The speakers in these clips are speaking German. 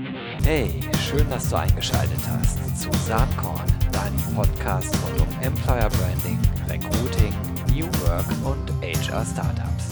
Hey, schön, dass du eingeschaltet hast zu Saatkorn, deinem Podcast rund um Employer Branding, Recruiting, New Work und HR Startups.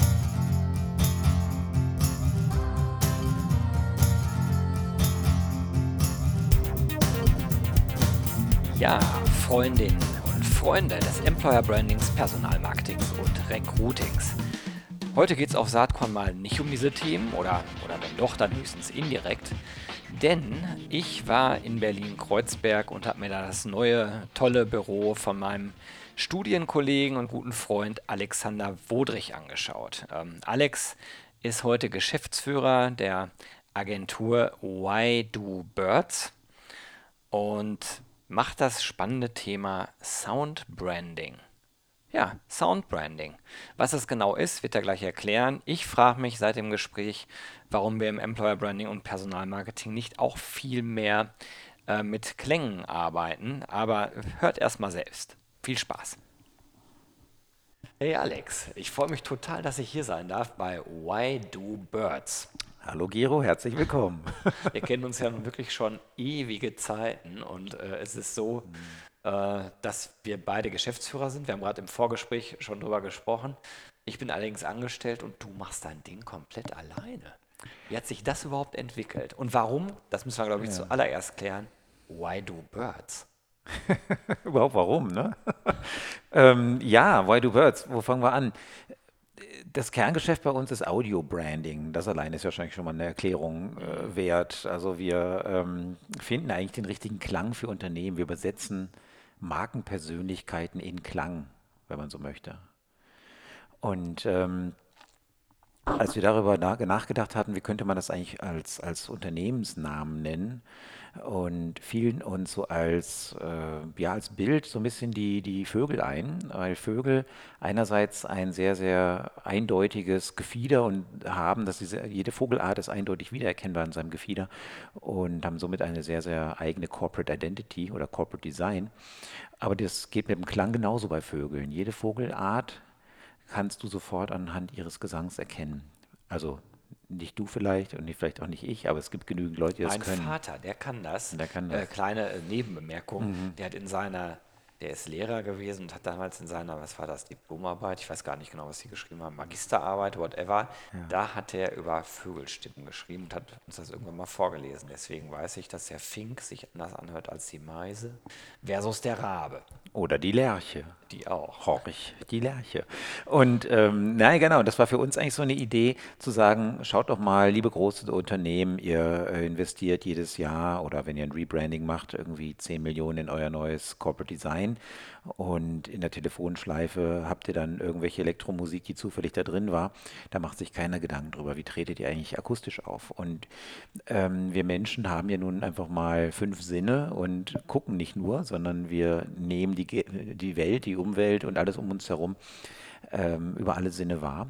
Ja, Freundinnen und Freunde des Employer Brandings, Personalmarketings und Recruitings. Heute geht es auf Saatkorn mal nicht um diese Themen oder wenn doch, dann höchstens indirekt. Denn ich war in Berlin-Kreuzberg und habe mir da das neue, tolle Büro von meinem Studienkollegen und guten Freund Alexander Wodrich angeschaut. Alex ist heute Geschäftsführer der Agentur Why Do Birds und macht das spannende Thema Sound Branding. Ja, Sound Branding. Was es genau ist, wird er gleich erklären. Ich frage mich seit dem Gespräch, warum wir im Employer Branding und Personalmarketing nicht auch viel mehr mit Klängen arbeiten. Aber hört erstmal selbst. Viel Spaß. Hey Alex, ich freue mich total, dass ich hier sein darf bei Why Do Birds. Hallo Gero, herzlich willkommen. Wir kennen uns ja nun wirklich schon ewige Zeiten und es ist so, dass wir beide Geschäftsführer sind. Wir haben gerade im Vorgespräch schon drüber gesprochen. Ich bin allerdings angestellt und du machst dein Ding komplett alleine. Wie hat sich das überhaupt entwickelt? Und warum? Das müssen wir, glaube ich, Ja. zuallererst klären. Why do birds? Überhaupt warum, ne? Ja, Why Do Birds? Wo fangen wir an? Das Kerngeschäft bei uns ist Audio-Branding. Das allein ist wahrscheinlich schon mal eine Erklärung Mhm. wert. Also wir finden eigentlich den richtigen Klang für Unternehmen. Wir übersetzen Markenpersönlichkeiten in Klang, wenn man so möchte. Und als wir darüber nachgedacht hatten, wie könnte man das eigentlich als Unternehmensnamen nennen, und fielen uns so ja, als Bild so ein bisschen die Vögel ein, weil Vögel einerseits ein sehr, sehr eindeutiges Gefieder und haben, jede Vogelart ist eindeutig wiedererkennbar in seinem Gefieder und haben somit eine sehr, sehr eigene Corporate Identity oder Corporate Design. Aber das geht mit dem Klang genauso bei Vögeln. Jede Vogelart kannst du sofort anhand ihres Gesangs erkennen. Also nicht du vielleicht und vielleicht auch nicht ich, aber es gibt genügend Leute, die das Mein können. Vater, der kann das. Und der kann das. Kleine Nebenbemerkung. Mhm. Der hat der ist Lehrer gewesen und hat damals in seiner, was war das, Diplomarbeit, ich weiß gar nicht genau, was sie geschrieben haben, Magisterarbeit, whatever, Ja. da hat er über Vögelstimmen geschrieben und hat uns das irgendwann mal vorgelesen. Deswegen weiß ich, dass der Fink sich anders anhört als die Meise versus der Rabe. Oder die Lerche. Die auch. Horch, die Lerche. Und nein, genau, das war für uns eigentlich so eine Idee, zu sagen, schaut doch mal, liebe große Unternehmen, ihr investiert jedes Jahr oder wenn ihr ein Rebranding macht, irgendwie 10 Millionen in euer neues Corporate Design und in der Telefonschleife habt ihr dann irgendwelche Elektromusik, die zufällig da drin war. Da macht sich keiner Gedanken drüber, wie tretet ihr eigentlich akustisch auf. Und wir Menschen haben ja nun einfach mal 5 Sinne und gucken nicht nur, sondern wir nehmen die Welt, die Umwelt und alles um uns herum über alle Sinne wahr.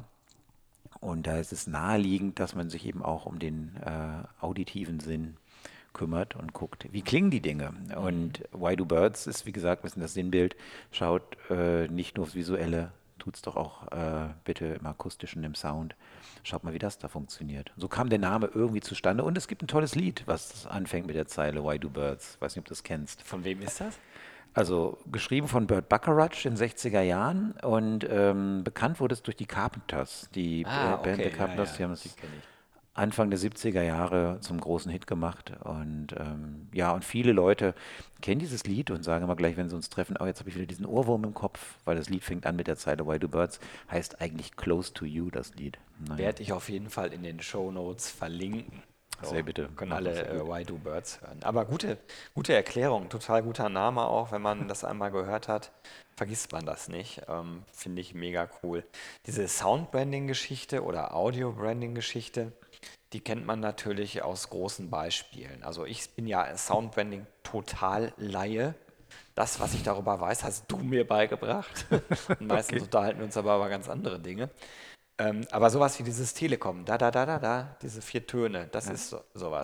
Und da ist es naheliegend, dass man sich eben auch um den auditiven Sinn kümmert und guckt, wie klingen die Dinge. Mhm. Und Why Do Birds ist, wie gesagt, ein bisschen das Sinnbild. Schaut nicht nur aufs Visuelle, tut es doch auch bitte im Akustischen, im Sound. Schaut mal, wie das da funktioniert. So kam der Name irgendwie zustande. Und es gibt ein tolles Lied, was anfängt mit der Zeile Why Do Birds? Weiß nicht, ob du das kennst. Von wem ist das? Also geschrieben von Burt Bacharach in den 60er Jahren und bekannt wurde es durch die Carpenters. Die Ah, Band der okay, ja, Carpenters, ja, die haben die es kenne ich. Anfang der 70er Jahre zum großen Hit gemacht. Und ja, und viele Leute kennen dieses Lied und sagen immer gleich, wenn sie uns treffen, oh, jetzt habe ich wieder diesen Ohrwurm im Kopf, weil das Lied fängt an mit der Zeile Why Do Birds, heißt eigentlich Close to You, das Lied. Naja, Werde ich auf jeden Fall in den Shownotes verlinken. So, sehr bitte, können machen, alle sehr gut. Why Do Birds hören. Aber gute Erklärung, total guter Name auch. Wenn man das einmal gehört hat, vergisst man das nicht. Finde ich mega cool. Diese Sound-Branding-Geschichte oder Audio-Branding-Geschichte, die kennt man natürlich aus großen Beispielen. Also ich bin ja Sound-Branding total Laie. Das, was ich darüber weiß, hast du mir beigebracht. Und meistens Okay. unterhalten wir uns aber über ganz andere Dinge. Aber sowas wie dieses Telekom, da, da, da, da, da, diese 4 Töne, das Ja. ist sowas, ne?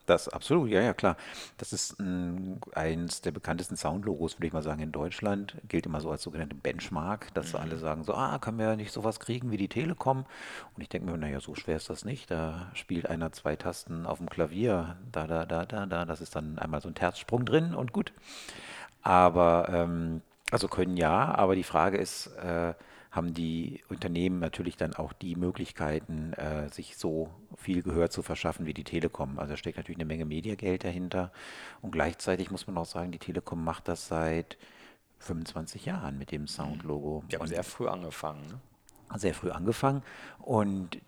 Das absolut, ja, ja, klar. Das ist eins der bekanntesten Soundlogos, würde ich mal sagen, in Deutschland. Gilt immer so als sogenannte Benchmark, dass so alle Mhm. sagen so, können wir nicht sowas kriegen wie die Telekom? Und ich denke mir, naja, so schwer ist das nicht. Da spielt einer zwei Tasten auf dem Klavier, da, da, da, da, da. Das ist dann einmal so ein Terzsprung drin und gut. Aber, also können ja, aber die Frage ist, haben die Unternehmen natürlich dann auch die Möglichkeiten, sich so viel Gehör zu verschaffen wie die Telekom. Also da steckt natürlich eine Menge Mediageld dahinter. Und gleichzeitig muss man auch sagen, die Telekom macht das seit 25 Jahren mit dem Mhm. Soundlogo. Die haben Und sehr früh angefangen, ne? sehr früh angefangen und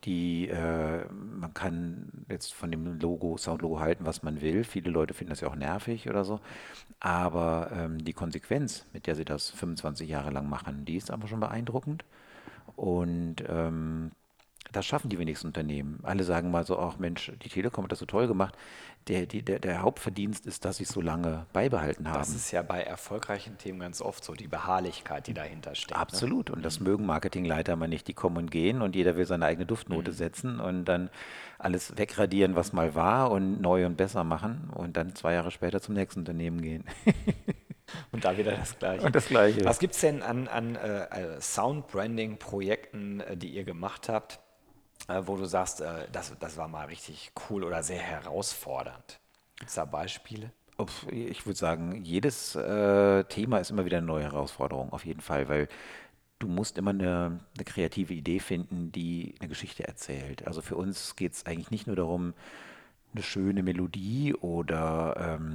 man kann jetzt von dem Logo, Soundlogo halten, was man will. Viele Leute finden das ja auch nervig oder so. Aber die Konsequenz, mit der sie das 25 Jahre lang machen, die ist aber schon beeindruckend. Und das schaffen die wenigsten Unternehmen. Alle sagen mal so, ach Mensch, die Telekom hat das so toll gemacht. Der Hauptverdienst ist, dass sie es so lange beibehalten Das haben. ist ja bei erfolgreichen Themen ganz oft so, die Beharrlichkeit, die dahinter steckt, ne? Absolut. Und das Mhm. mögen Marketingleiter mal nicht. Die kommen und gehen und jeder will seine eigene Duftnote Mhm. setzen und dann alles wegradieren, was mal war und neu und besser machen und dann 2 Jahre später zum nächsten Unternehmen gehen. Und da wieder das Gleiche. Und das Gleiche. Was gibt es denn an Sound-Branding-Projekten, die ihr gemacht habt, wo du sagst, das war mal richtig cool oder sehr herausfordernd? Gibt es da Beispiele? Ich würde sagen, jedes Thema ist immer wieder eine neue Herausforderung, auf jeden Fall, weil du musst immer eine kreative Idee finden, die eine Geschichte erzählt. Also für uns geht es eigentlich nicht nur darum, eine schöne Melodie oder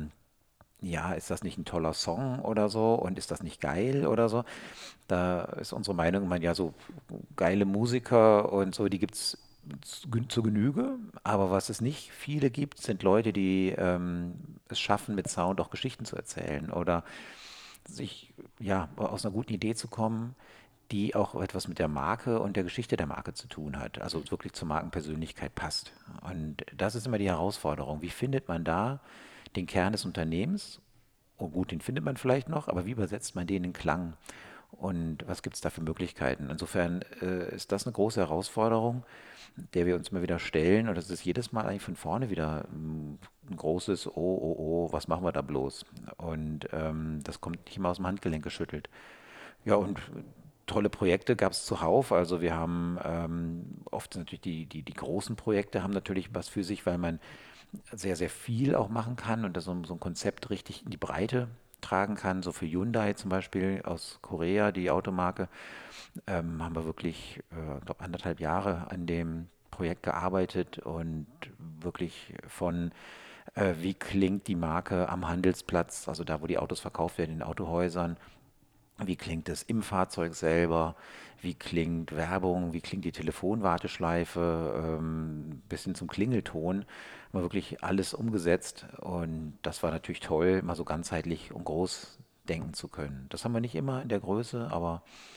ja, ist das nicht ein toller Song oder so und ist das nicht geil oder so? Da ist unsere Meinung immer, ja, so geile Musiker und so, die gibt es zu Genüge, aber was es nicht viele gibt, sind Leute, die es schaffen, mit Sound auch Geschichten zu erzählen oder sich, ja, aus einer guten Idee zu kommen, die auch etwas mit der Marke und der Geschichte der Marke zu tun hat, also wirklich zur Markenpersönlichkeit passt. Und das ist immer die Herausforderung. Wie findet man da den Kern des Unternehmens? Oh gut, den findet man vielleicht noch, aber wie übersetzt man den in Klang? Und was gibt es da für Möglichkeiten? Insofern ist das eine große Herausforderung, der wir uns immer wieder stellen. Und das ist jedes Mal eigentlich von vorne wieder ein großes was machen wir da bloß? Und das kommt nicht immer aus dem Handgelenk geschüttelt. Ja, und tolle Projekte gab es zuhauf. Also wir haben oft natürlich die großen Projekte haben natürlich was für sich, weil man sehr, sehr viel auch machen kann und das so ein Konzept richtig in die Breite tragen kann. So für Hyundai zum Beispiel aus Korea, die Automarke, haben wir wirklich, glaube 1,5 Jahre an dem Projekt gearbeitet und wirklich von wie klingt die Marke am Handelsplatz, also da, wo die Autos verkauft werden, in den Autohäusern, wie klingt es im Fahrzeug selber? Wie klingt Werbung? Wie klingt die Telefonwarteschleife? Bis hin zum Klingelton. Haben wir wirklich alles umgesetzt und das war natürlich toll, mal so ganzheitlich und groß denken zu können. Das haben wir nicht immer in der Größe, aber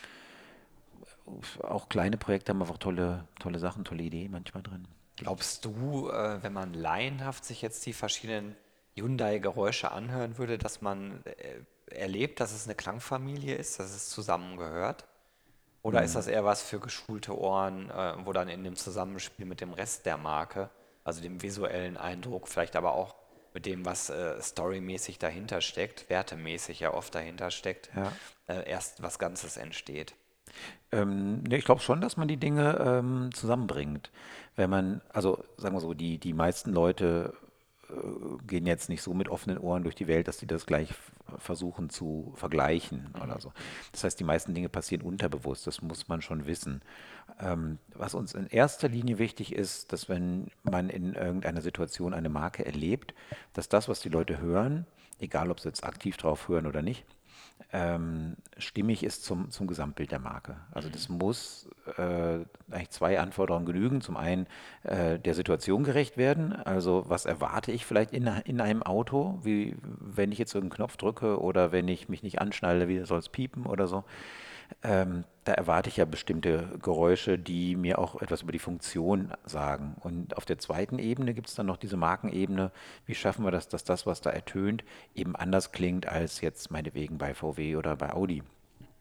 auch kleine Projekte haben einfach tolle Sachen, tolle Ideen manchmal drin. Glaubst du, wenn man laienhaft sich jetzt die verschiedenen Hyundai-Geräusche anhören würde, dass man erlebt, dass es eine Klangfamilie ist, dass es zusammengehört? Oder ist das eher was für geschulte Ohren, wo dann in dem Zusammenspiel mit dem Rest der Marke, also dem visuellen Eindruck, vielleicht aber auch mit dem, was storymäßig dahinter steckt, wertemäßig ja oft dahinter steckt, Ja. erst was Ganzes entsteht? Ne, ich glaube schon, dass man die Dinge zusammenbringt. Wenn man, also sagen wir so, die meisten Leute gehen jetzt nicht so mit offenen Ohren durch die Welt, dass die das gleich versuchen zu vergleichen oder Mhm. so. Das heißt, die meisten Dinge passieren unterbewusst, das muss man schon wissen. Was uns in erster Linie wichtig ist, dass wenn man in irgendeiner Situation eine Marke erlebt, dass das, was die Leute hören, egal ob sie jetzt aktiv drauf hören oder nicht, stimmig ist zum Gesamtbild der Marke. Also das Mhm. muss eigentlich zwei Anforderungen genügen. Zum einen der Situation gerecht werden. Also was erwarte ich vielleicht in einem Auto, wie wenn ich jetzt irgendeinen Knopf drücke oder wenn ich mich nicht anschnalle, wie soll es piepen oder so. Da erwarte ich ja bestimmte Geräusche, die mir auch etwas über die Funktion sagen. Und auf der zweiten Ebene gibt es dann noch diese Markenebene. Wie schaffen wir das, dass das, was da ertönt, eben anders klingt als jetzt meinetwegen bei VW oder bei Audi?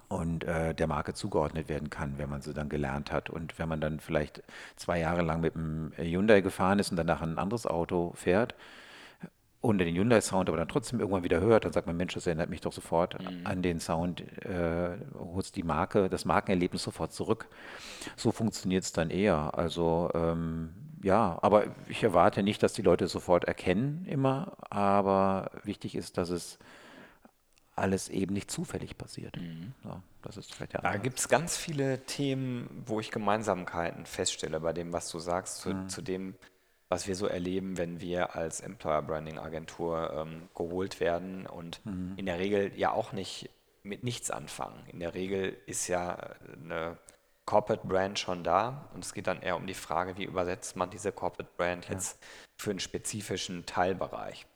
und der Marke zugeordnet werden kann, wenn man sie dann gelernt hat. Und wenn man dann vielleicht 2 Jahre lang mit einem Hyundai gefahren ist und danach ein anderes Auto fährt, ohne den Hyundai-Sound, aber dann trotzdem irgendwann wieder hört, dann sagt man, Mensch, das erinnert mich doch sofort Mhm. an den Sound, holt die Marke, das Markenerlebnis sofort zurück. So funktioniert es dann eher. Also ja, aber ich erwarte nicht, dass die Leute es sofort erkennen immer, aber wichtig ist, dass es alles eben nicht zufällig passiert. Mhm. Ja, das ist vielleicht der Da Ansatz. gibt es ganz viele Themen, wo ich Gemeinsamkeiten feststelle bei dem, was du sagst, zu dem, was wir so erleben, wenn wir als Employer Branding Agentur geholt werden und in der Regel ja auch nicht mit nichts anfangen. In der Regel ist ja eine Corporate Brand schon da und es geht dann eher um die Frage, wie übersetzt man diese Corporate Brand Ja. jetzt für einen spezifischen Teilbereich.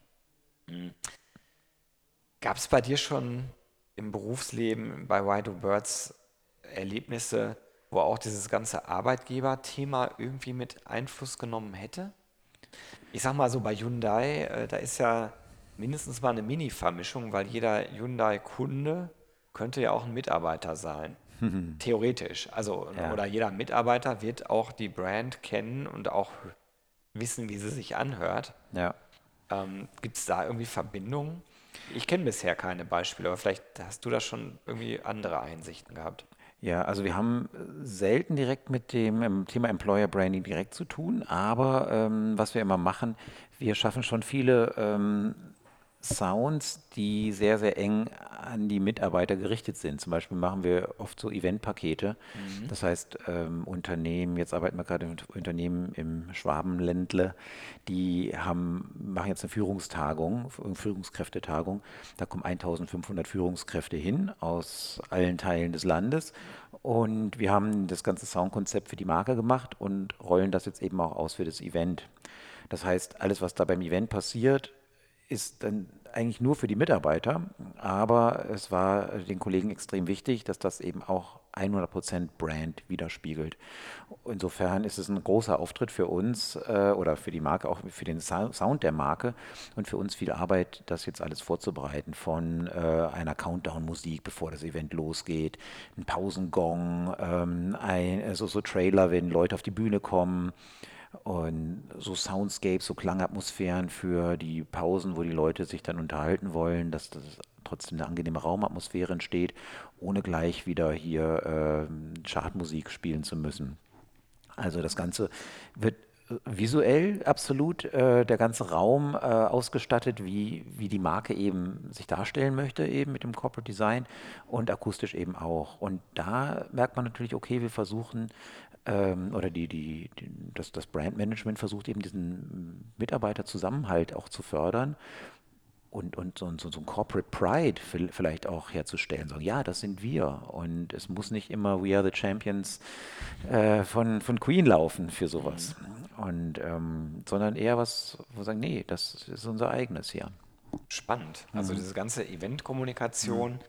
Gab es bei dir schon im Berufsleben bei Why Do Birds Erlebnisse, wo auch dieses ganze Arbeitgeberthema irgendwie mit Einfluss genommen hätte? Ich sag mal so, bei Hyundai, da ist ja mindestens mal eine Mini-Vermischung, weil jeder Hyundai-Kunde könnte ja auch ein Mitarbeiter sein. Theoretisch. Also, Ja. oder jeder Mitarbeiter wird auch die Brand kennen und auch wissen, wie sie sich anhört. Ja. Gibt es da irgendwie Verbindungen? Ich kenne bisher keine Beispiele, aber vielleicht hast du da schon irgendwie andere Einsichten gehabt. Ja, also wir haben selten direkt mit dem Thema Employer Branding direkt zu tun, aber was wir immer machen, wir schaffen schon viele Sounds, die sehr, sehr eng an die Mitarbeiter gerichtet sind. Zum Beispiel machen wir oft so Eventpakete. Mhm. Das heißt, Unternehmen, jetzt arbeiten wir gerade mit Unternehmen im Schwabenländle, machen jetzt eine Führungstagung, Führungskräftetagung. Da kommen 1500 Führungskräfte hin aus allen Teilen des Landes. Und wir haben das ganze Soundkonzept für die Marke gemacht und rollen das jetzt eben auch aus für das Event. Das heißt, alles, was da beim Event passiert, ist dann eigentlich nur für die Mitarbeiter, aber es war den Kollegen extrem wichtig, dass das eben auch 100% Brand widerspiegelt. Insofern ist es ein großer Auftritt für uns oder für die Marke, auch für den Sound der Marke und für uns viel Arbeit, das jetzt alles vorzubereiten, von einer Countdown-Musik, bevor das Event losgeht, ein Pausengong, so Trailer, wenn Leute auf die Bühne kommen, und so Soundscapes, so Klangatmosphären für die Pausen, wo die Leute sich dann unterhalten wollen, dass das trotzdem eine angenehme Raumatmosphäre entsteht, ohne gleich wieder hier Chartmusik spielen zu müssen. Also das Ganze wird visuell absolut der ganze Raum ausgestattet, wie die Marke eben sich darstellen möchte, eben mit dem Corporate Design und akustisch eben auch. Und da merkt man natürlich, okay, wir versuchen, oder das Brandmanagement versucht eben diesen Mitarbeiterzusammenhalt auch zu fördern und so ein Corporate Pride vielleicht auch herzustellen. Sagen, ja, das sind wir. Und es muss nicht immer We Are the Champions von Queen laufen für Mhm. sowas. Und, sondern eher was, wo wir sagen, nee, das ist unser eigenes hier. Spannend. Also Mhm. diese ganze Mhm. Eventkommunikation,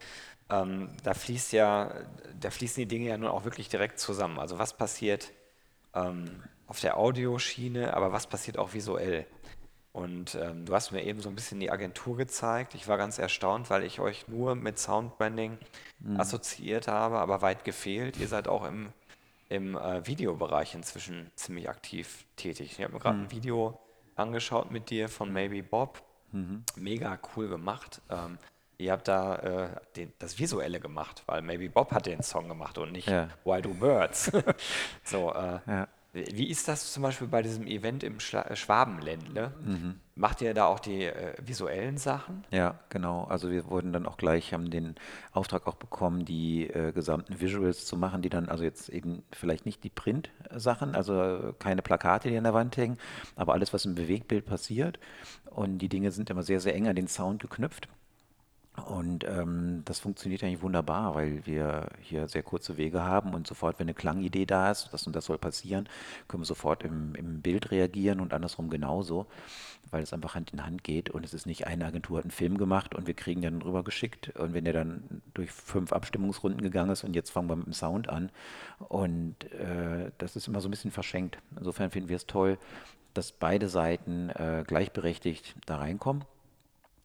da fließen die Dinge ja nun auch wirklich direkt zusammen. Also was passiert auf der Audioschiene, aber was passiert auch visuell? Und du hast mir eben so ein bisschen die Agentur gezeigt. Ich war ganz erstaunt, weil ich euch nur mit Soundbranding Mhm. assoziiert habe, aber weit gefehlt. Ihr seid auch im Videobereich inzwischen ziemlich aktiv tätig. Ich habe mir gerade ein Mhm. Video angeschaut mit dir von Maybe Bob. Mhm. Mega cool gemacht. Ihr habt da das Visuelle gemacht, weil Maybe Bob hat den Song gemacht und nicht Ja, Why Do Birds. So, ja. wie ist das zum Beispiel bei diesem Event im Schwabenländle? Mhm. Macht ihr da auch die visuellen Sachen? Ja, genau. Also wir wurden dann auch gleich, haben den Auftrag auch bekommen, die gesamten Visuals zu machen, die dann also jetzt eben vielleicht nicht die Print-Sachen, also keine Plakate, die an der Wand hängen, aber alles, was im Bewegtbild passiert. Und die Dinge sind immer sehr, sehr eng an den Sound geknüpft. Und das funktioniert eigentlich wunderbar, weil wir hier sehr kurze Wege haben und sofort, wenn eine Klangidee da ist, das und das soll passieren, können wir sofort im Bild reagieren und andersrum genauso, weil es einfach Hand in Hand geht und es ist nicht eine Agentur hat einen Film gemacht und wir kriegen den rüber geschickt und wenn der dann durch 5 Abstimmungsrunden gegangen ist und jetzt fangen wir mit dem Sound an und das ist immer so ein bisschen verschenkt. Insofern finden wir es toll, dass beide Seiten gleichberechtigt da reinkommen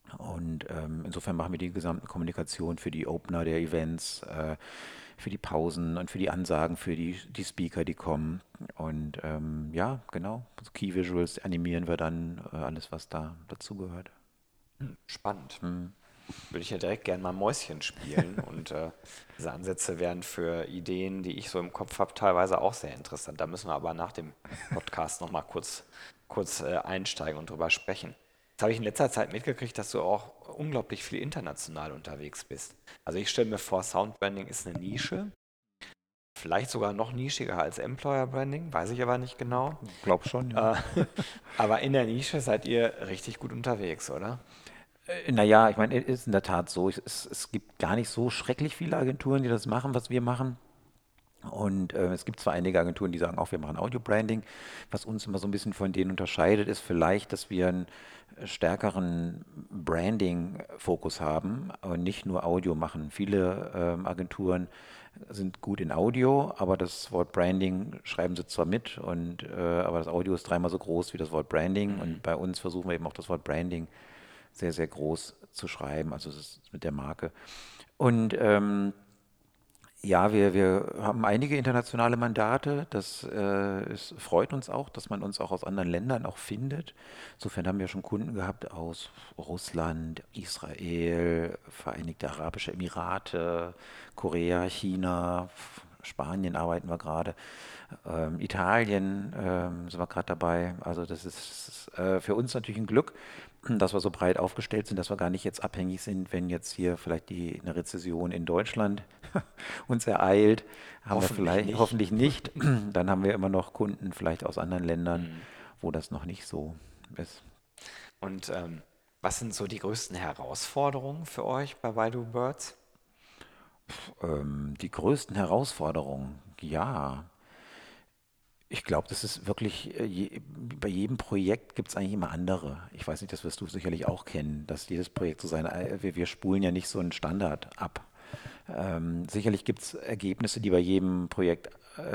Und insofern machen wir die gesamten Kommunikation für die Opener der Events, für die Pausen und für die Ansagen, für die Speaker, die kommen. Und ja, genau, so Key Visuals animieren wir dann, alles, was da dazugehört. Spannend. Hm. Würde ich ja direkt gerne mal Mäuschen spielen und diese Ansätze wären für Ideen, die ich so im Kopf habe, teilweise auch sehr interessant. Da müssen wir aber nach dem Podcast nochmal kurz einsteigen und drüber sprechen. Jetzt habe ich in letzter Zeit mitgekriegt, dass du auch unglaublich viel international unterwegs bist. Also ich stelle mir vor, Soundbranding ist eine Nische, vielleicht sogar noch nischiger als Employer Branding, weiß ich aber nicht genau. Glaub schon, ja. Äh, aber in der Nische seid ihr richtig gut unterwegs, oder? Naja, ich meine, es ist in der Tat so. Es gibt gar nicht so schrecklich viele Agenturen, die das machen, was wir machen. Und es gibt zwar einige Agenturen, die sagen auch, wir machen Audio-Branding. Was uns immer so ein bisschen von denen unterscheidet, ist vielleicht, dass wir einen stärkeren Branding-Fokus haben und nicht nur Audio machen. Viele Agenturen sind gut in Audio, aber das Wort Branding schreiben sie zwar mit, aber das Audio ist dreimal so groß wie das Wort Branding. Und Mhm. bei uns versuchen wir eben auch das Wort Branding sehr, sehr groß zu schreiben, also das ist mit der Marke. Und ja, wir haben einige internationale Mandate. Es freut uns auch, dass man uns auch aus anderen Ländern auch findet. Insofern haben wir schon Kunden gehabt aus Russland, Israel, Vereinigte Arabische Emirate, Korea, China, Spanien arbeiten wir gerade, Italien sind wir gerade dabei. Also das ist für uns natürlich ein Glück, dass wir so breit aufgestellt sind, dass wir gar nicht jetzt abhängig sind, wenn jetzt hier vielleicht eine Rezession in Deutschland uns ereilt, haben wir Hoffentlich vielleicht, nicht. hoffentlich nicht, dann haben wir immer noch Kunden vielleicht aus anderen Ländern, Mhm. wo das noch nicht so ist. Und was sind so die größten Herausforderungen für euch bei Baidu Birds? Die größten Herausforderungen, ja, ich glaube, das ist wirklich, bei jedem Projekt gibt es eigentlich immer andere. Ich weiß nicht, das wirst du sicherlich auch kennen, dass jedes Projekt so wir spulen ja nicht so einen Standard ab. Sicherlich gibt es Ergebnisse, die bei jedem Projekt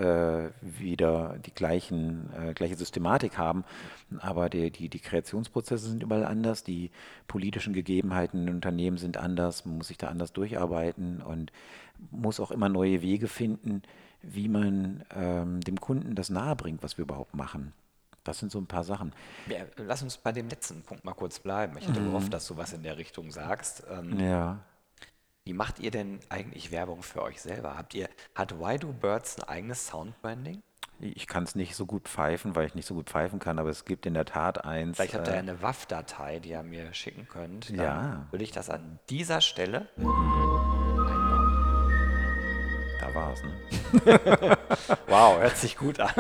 wieder die gleiche Systematik haben, aber die Kreationsprozesse sind überall anders, die politischen Gegebenheiten in Unternehmen sind anders, man muss sich da anders durcharbeiten und muss auch immer neue Wege finden, wie man dem Kunden das nahebringt, was wir überhaupt machen. Das sind so ein paar Sachen. Ja, lass uns bei dem letzten Punkt mal kurz bleiben. Ich hatte gehofft, Mhm. dass du was in der Richtung sagst. Ja, Wie macht ihr denn eigentlich Werbung für euch selber? Hat Baidu Birds ein eigenes Soundbranding? ich kann es nicht so gut pfeifen, weil ich nicht so gut pfeifen kann, aber es gibt in der Tat eins. Vielleicht habt ihr ja eine WAV-Datei, die ihr mir schicken könnt. Dann Ja, würde ich das an dieser Stelle mhm. einbauen. Da war es, ne? Wow, hört sich gut an.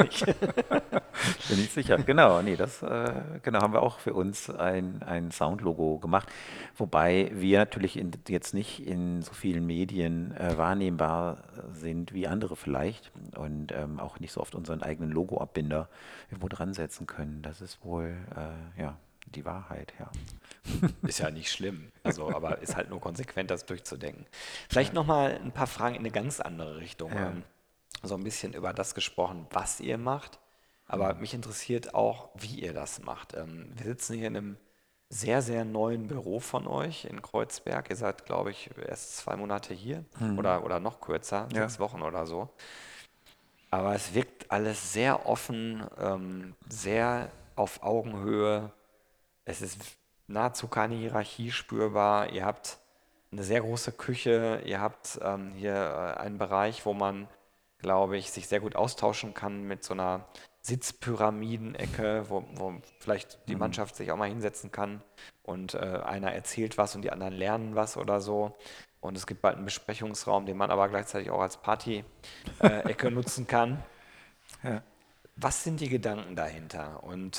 Bin ich sicher. Genau, nee, genau haben wir auch für uns ein Soundlogo gemacht. Wobei wir natürlich jetzt nicht in so vielen Medien wahrnehmbar sind wie andere vielleicht und auch nicht so oft unseren eigenen Logoabbinder irgendwo dran setzen können. Das ist wohl ja die Wahrheit, ja. Ist ja nicht schlimm. Also, aber ist halt nur konsequent, das durchzudenken. Vielleicht Ja, nochmal ein paar Fragen in eine ganz andere Richtung. ja. So ein bisschen über das gesprochen, was ihr macht. Aber Hm. mich interessiert auch, wie ihr das macht. Wir sitzen hier in einem sehr, sehr neuen Büro von euch in Kreuzberg. Ihr seid, glaube ich, erst 2 Monate hier Hm. oder noch kürzer, Ja. 6 Wochen oder so. Aber es wirkt alles sehr offen, sehr auf Augenhöhe. Es ist nahezu keine Hierarchie spürbar. Ihr habt eine sehr große Küche. Ihr habt hier einen Bereich, wo man, glaube ich, sich sehr gut austauschen kann mit so einer Sitzpyramidenecke, wo vielleicht die Hm. Mannschaft sich auch mal hinsetzen kann und einer erzählt was und die anderen lernen was oder so. Und es gibt bald einen Besprechungsraum, den man aber gleichzeitig auch als Party-Ecke nutzen kann. Ja. Was sind die Gedanken dahinter? Und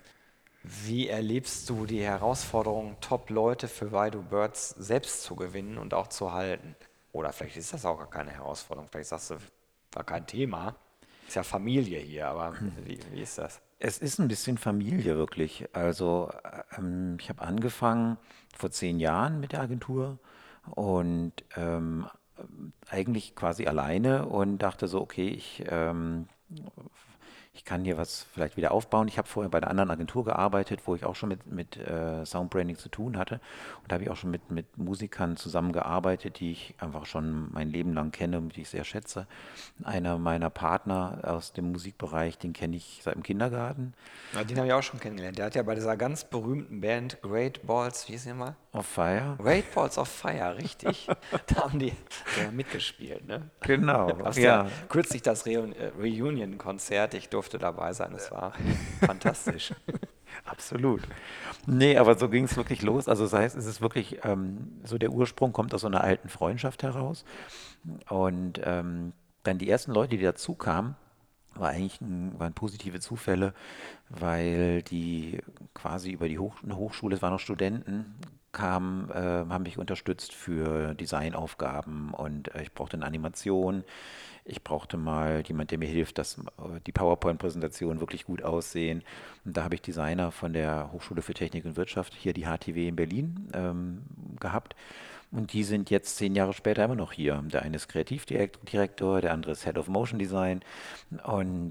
wie erlebst du die Herausforderung, Top-Leute für Baidu Birds selbst zu gewinnen und auch zu halten? Oder vielleicht ist das auch gar keine Herausforderung. Vielleicht sagst du, war kein Thema. Ist ja Familie hier, aber wie ist das? Es ist ein bisschen Familie wirklich. Also ich habe angefangen vor 10 Jahren mit der Agentur und eigentlich quasi alleine und dachte so, okay, ich kann hier was vielleicht wieder aufbauen. Ich habe vorher bei einer anderen Agentur gearbeitet, wo ich auch schon mit Soundbranding zu tun hatte. Und da habe ich auch schon mit Musikern zusammengearbeitet, die ich einfach schon mein Leben lang kenne und die ich sehr schätze. Einer meiner Partner aus dem Musikbereich, den kenne ich seit dem Kindergarten. Ja, den habe ich auch schon kennengelernt. Der hat ja bei dieser ganz berühmten Band Great Balls, wie hieß die mal? Auf Fire. Great Balls of Fire, richtig. Da haben die ja mitgespielt, ne? Genau, Gab's ja ja. kürzlich das Reunion-Konzert. Ich durfte dabei sein. Es war fantastisch. Absolut. Nee, aber so ging es wirklich los. Also das heißt, es ist wirklich, so der Ursprung kommt aus so einer alten Freundschaft heraus. Und dann die ersten Leute, die dazu kamen, waren positive Zufälle, weil die quasi über die eine Hochschule, es waren noch Studenten, kamen, haben mich unterstützt für Designaufgaben und ich brauchte eine Animation. Ich brauchte mal jemand, der mir hilft, dass die PowerPoint-Präsentationen wirklich gut aussehen. Und da habe ich Designer von der Hochschule für Technik und Wirtschaft, hier die HTW in Berlin, gehabt. Und die sind jetzt 10 Jahre später immer noch hier. Der eine ist Kreativdirektor, der andere ist Head of Motion Design. Und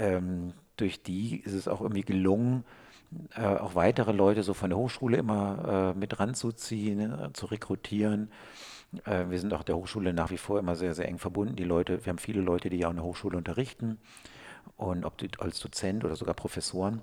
durch die ist es auch irgendwie gelungen, auch weitere Leute so von der Hochschule immer mit ranzuziehen, zu rekrutieren. Wir sind auch der Hochschule nach wie vor immer sehr, sehr eng verbunden. Wir haben viele Leute, die ja an der Hochschule unterrichten und ob als Dozent oder sogar Professoren.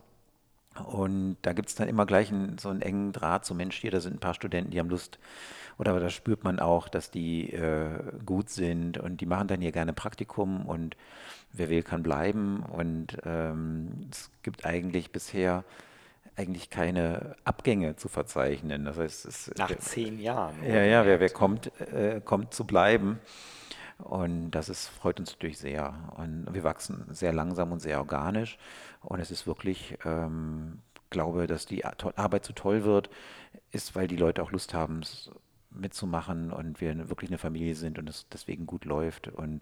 Und da gibt es dann immer gleich so einen engen Draht zum Mensch hier. Da sind ein paar Studenten, die haben Lust, oder da spürt man auch, dass die gut sind und die machen dann hier gerne Praktikum und wer will, kann bleiben. Und es gibt eigentlich bisher eigentlich keine Abgänge zu verzeichnen. Das heißt, Nach 10 Jahren, ja, ja, wer wohlgemerkt. kommt, kommt zu bleiben. Und freut uns natürlich sehr. Und wir wachsen sehr langsam und sehr organisch. Und es ist wirklich, glaube, dass die Arbeit so toll wird, ist, weil die Leute auch Lust haben, es mitzumachen und wir wirklich eine Familie sind und es deswegen gut läuft. Und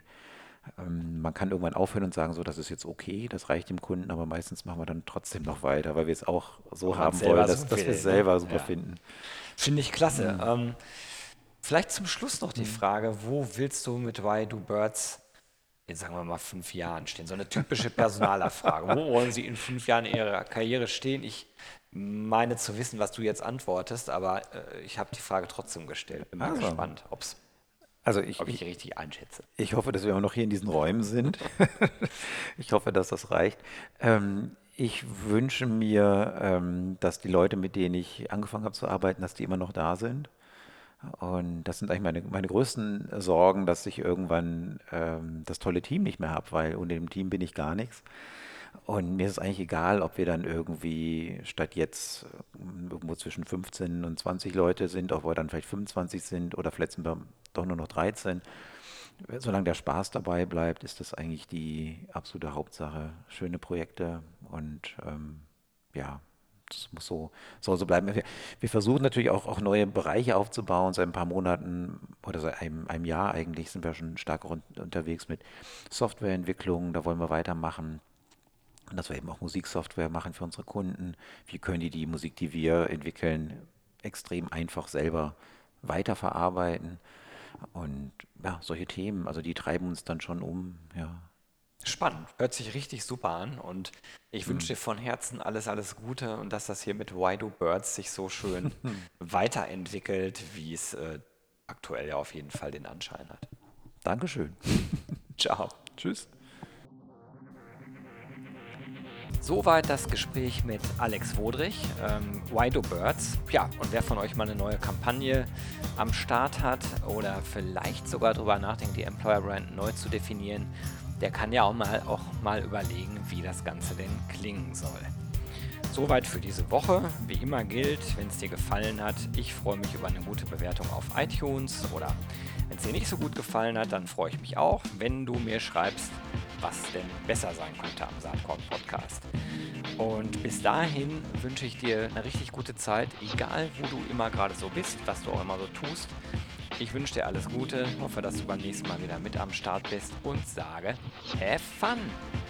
man kann irgendwann aufhören und sagen, so, das ist jetzt okay, das reicht dem Kunden, aber meistens machen wir dann trotzdem noch weiter, weil wir es auch so Weil man haben wollen, selber so dass wir will, es ne? selber super Ja. finden. Finde ich klasse. Vielleicht zum Schluss noch die Frage, wo willst du mit Why Do Birds in, sagen wir mal, 5 Jahren stehen? So eine typische Personalerfrage. Wo wollen Sie in 5 Jahren Ihrer Karriere stehen? Ich meine zu wissen, was du jetzt antwortest, aber ich habe die Frage trotzdem gestellt. Bin mal Also, gespannt, also ob ich die richtig einschätze. ich hoffe, dass wir auch noch hier in diesen Räumen sind. Ich hoffe, dass das reicht. Ich wünsche mir, dass die Leute, mit denen ich angefangen habe zu arbeiten, dass die immer noch da sind. Und das sind eigentlich meine größten Sorgen, dass ich irgendwann das tolle Team nicht mehr habe, weil ohne dem Team bin ich gar nichts. Und mir ist es eigentlich egal, ob wir dann irgendwie statt jetzt irgendwo zwischen 15 und 20 Leute sind, ob wir dann vielleicht 25 sind oder vielleicht sind wir doch nur noch 13. Solange der Spaß dabei bleibt, ist das eigentlich die absolute Hauptsache. Schöne Projekte und ja, das soll so bleiben. Wir versuchen natürlich auch neue Bereiche aufzubauen. Seit ein paar Monaten oder seit einem Jahr eigentlich sind wir schon stark unterwegs mit Softwareentwicklung. Da wollen wir weitermachen. Und dass wir eben auch Musiksoftware machen für unsere Kunden. Wie können die Musik, die wir entwickeln, extrem einfach selber weiterverarbeiten? Und ja, solche Themen, also die treiben uns dann schon um, ja. Spannend, hört sich richtig super an und ich wünsche dir von Herzen alles, alles Gute und dass das hier mit Why Do Birds sich so schön weiterentwickelt, wie es aktuell ja auf jeden Fall den Anschein hat. Dankeschön. Ciao. Tschüss. Soweit das Gespräch mit Alex Wodrich, Why Do Birds. Ja, und wer von euch mal eine neue Kampagne am Start hat oder vielleicht sogar darüber nachdenkt, die Employer Brand neu zu definieren, der kann ja auch mal überlegen, wie das Ganze denn klingen soll. Soweit für diese Woche. Wie immer gilt, wenn es dir gefallen hat, ich freue mich über eine gute Bewertung auf iTunes oder wenn es dir nicht so gut gefallen hat, dann freue ich mich auch, wenn du mir schreibst, was denn besser sein könnte am Saatkorn-Podcast. Und bis dahin wünsche ich dir eine richtig gute Zeit, egal wo du immer gerade so bist, was du auch immer so tust. Ich wünsche dir alles Gute, hoffe, dass du beim nächsten Mal wieder mit am Start bist und sage, have fun!